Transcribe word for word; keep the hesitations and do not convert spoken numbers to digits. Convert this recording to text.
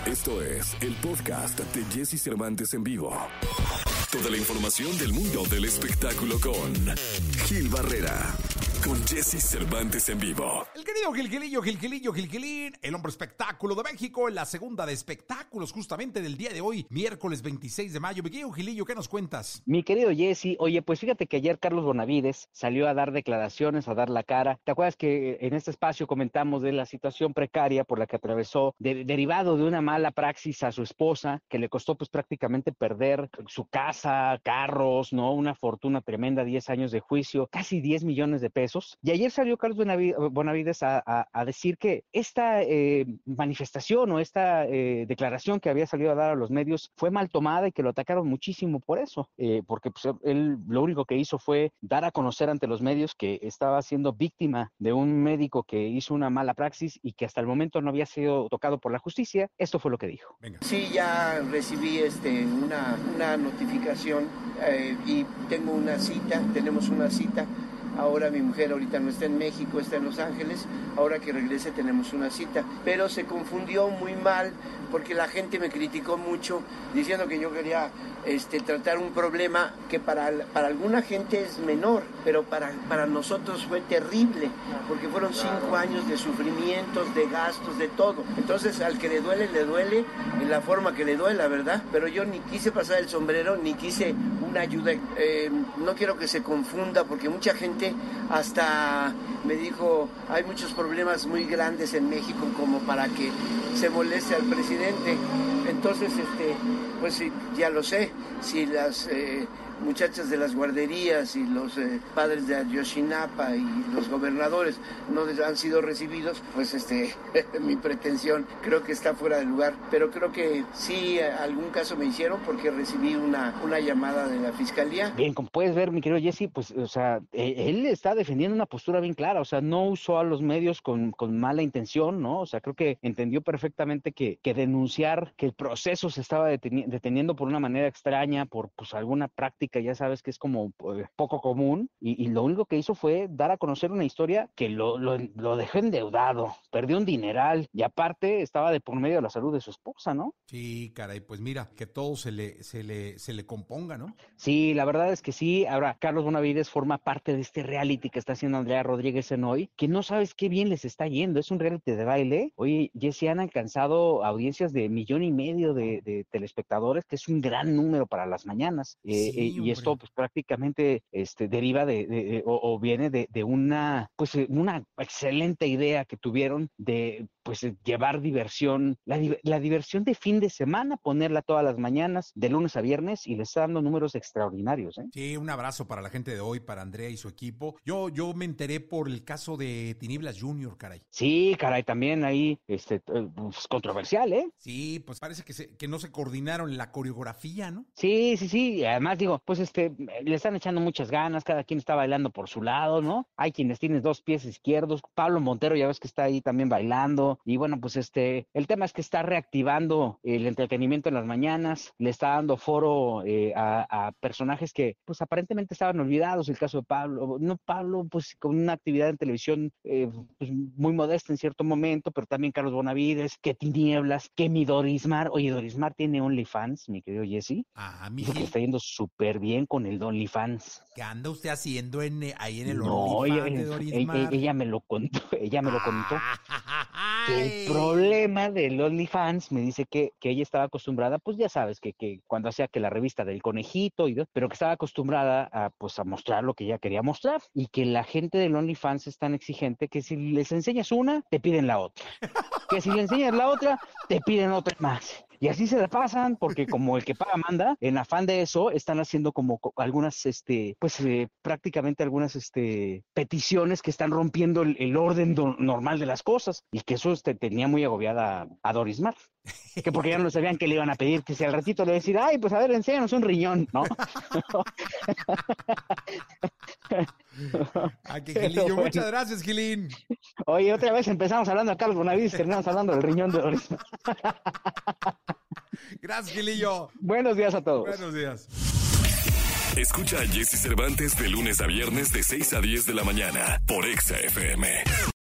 Esto es el podcast de Jesse Cervantes en vivo. Toda la información del mundo del espectáculo con Gil Barrera, con Jesse Cervantes en vivo. El querido Gilgilillo, Gilgilillo, Gilgilín, el hombre espectáculo de México, en la segunda de espectáculos justamente del día de hoy, miércoles veintiséis de mayo. Mi querido Gilillo, ¿qué nos cuentas? Mi querido Jesse, oye, pues fíjate que ayer Carlos Bonavides salió a dar declaraciones, a dar la cara. ¿Te acuerdas que en este espacio comentamos de la situación precaria por la que atravesó, de, derivado de una mala praxis a su esposa, que le costó pues prácticamente perder su casa, carros, ¿no? Una fortuna tremenda, diez años de juicio, casi diez millones de pesos. Y ayer salió Carlos Bonavides a, a, a decir que esta eh, manifestación o esta eh, declaración que había salido a dar a los medios fue mal tomada y que lo atacaron muchísimo por eso, eh, porque pues, él lo único que hizo fue dar a conocer ante los medios que estaba siendo víctima de un médico que hizo una mala praxis y que hasta el momento no había sido tocado por la justicia. Esto fue lo que dijo. Venga. Sí, ya recibí este, una, una notificación eh, y tengo una cita, tenemos una cita. Ahora mi mujer ahorita no está en México, está en Los Ángeles. Ahora que regrese tenemos una cita. Pero se confundió muy mal porque la gente me criticó mucho diciendo que yo quería este, tratar un problema que para, para alguna gente es menor, pero para, para nosotros fue terrible porque fueron cinco años de sufrimientos, de gastos, de todo. Entonces al que le duele, le duele en la forma que le duela, ¿verdad? Pero yo ni quise pasar el sombrero, ni quise una ayuda. Eh, no quiero que se confunda porque mucha gente hasta me dijo, hay muchos problemas muy grandes en México como para que se moleste al presidente. Entonces, este, pues sí, ya lo sé, si las eh, muchachas de las guarderías y los eh, padres de Ayotzinapa y los gobernadores no han sido recibidos, pues este, mi pretensión creo que está fuera de lugar, pero creo que sí, algún caso me hicieron porque recibí una, una llamada de la fiscalía. Bien, como puedes ver, mi querido Jesse, pues, o sea, él está defendiendo una postura bien clara, o sea, no usó a los medios con, con mala intención, ¿no? O sea, creo que entendió perfectamente que, que denunciar que el proceso se estaba deteni- deteniendo por una manera extraña, por pues alguna práctica, ya sabes que es como eh, poco común, y, y lo único que hizo fue dar a conocer una historia que lo, lo, lo dejó endeudado, perdió un dineral, y aparte estaba de por medio de la salud de su esposa, ¿no? Sí, caray, pues mira, que todo se le, se le, se le componga, ¿no? Sí, la verdad es que sí. Ahora, Carlos Bonavides forma parte de este reality que está haciendo Andrea Rodríguez en Hoy, que no sabes qué bien les está yendo, es un reality de baile. Oye, Jesse, han alcanzado audiencias de millón y medio de, de telespectadores, que es un gran número para las mañanas, eh, Sí, eh, y esto pues prácticamente este, deriva de, de, de o, o viene de, de una, pues una excelente idea que tuvieron de pues llevar diversión, la, la diversión de fin de semana, ponerla todas las mañanas, de lunes a viernes, y le está dando números extraordinarios, ¿eh? Sí, un abrazo para la gente de Hoy, para Andrea y su equipo. Yo, yo me enteré por el caso de Tinieblas Junior, caray. Sí, caray, también ahí, este, pues, controversial, ¿eh? Sí, pues parece que, se, que no se coordinaron la coreografía, ¿no? Sí, sí, sí, y además digo, pues este, le están echando muchas ganas, cada quien está bailando por su lado, ¿no? Hay quienes tienen dos pies izquierdos, Pablo Montero ya ves que está ahí también bailando, y bueno, pues este, el tema es que está reactivando el entretenimiento en las mañanas, le está dando foro eh, a, a personajes que pues aparentemente estaban olvidados, el caso de Pablo, no Pablo, pues con una actividad en televisión eh, pues, muy modesta en cierto momento, pero también Carlos Bonavides, que Tinieblas, que mi Dorismar, oye, Dorismar tiene OnlyFans, mi querido Jesse. Ah, mi Dijo que Gil, está yendo súper bien con el OnlyFans. ¿qué anda usted haciendo en, eh, ahí en el No, ella, OnlyFans de ella, Dorismar? ella me lo contó, ella me lo contó. Que Ay. el problema del OnlyFans, me dice que, que ella estaba acostumbrada, pues ya sabes, que, que cuando hacía que la revista del conejito, y, pero que estaba acostumbrada a, pues, a mostrar lo que ella quería mostrar, y que la gente del OnlyFans es tan exigente que si les enseñas una, te piden la otra. Que si le enseñas la otra, te piden otra más. Y así se la pasan, porque como el que paga manda, en afán de eso, están haciendo como algunas, este, pues eh, prácticamente algunas este, peticiones que están rompiendo el, el orden do, normal de las cosas, y que eso este, tenía muy agobiada a, a Dorismar. Que porque ya no sabían que le iban a pedir, que si al ratito le iba a decir, ay, pues a ver, enséñanos un riñón, ¿no? Ay, que Gilillo, bueno. Muchas gracias, Gilín. Oye, otra vez empezamos hablando de Carlos Bonavides, terminamos hablando del riñón de Dorismar. Gracias, Gilillo. Buenos días a todos. Buenos días. Escucha a Jesse Cervantes de lunes a viernes de seis a diez de la mañana por Exa F M.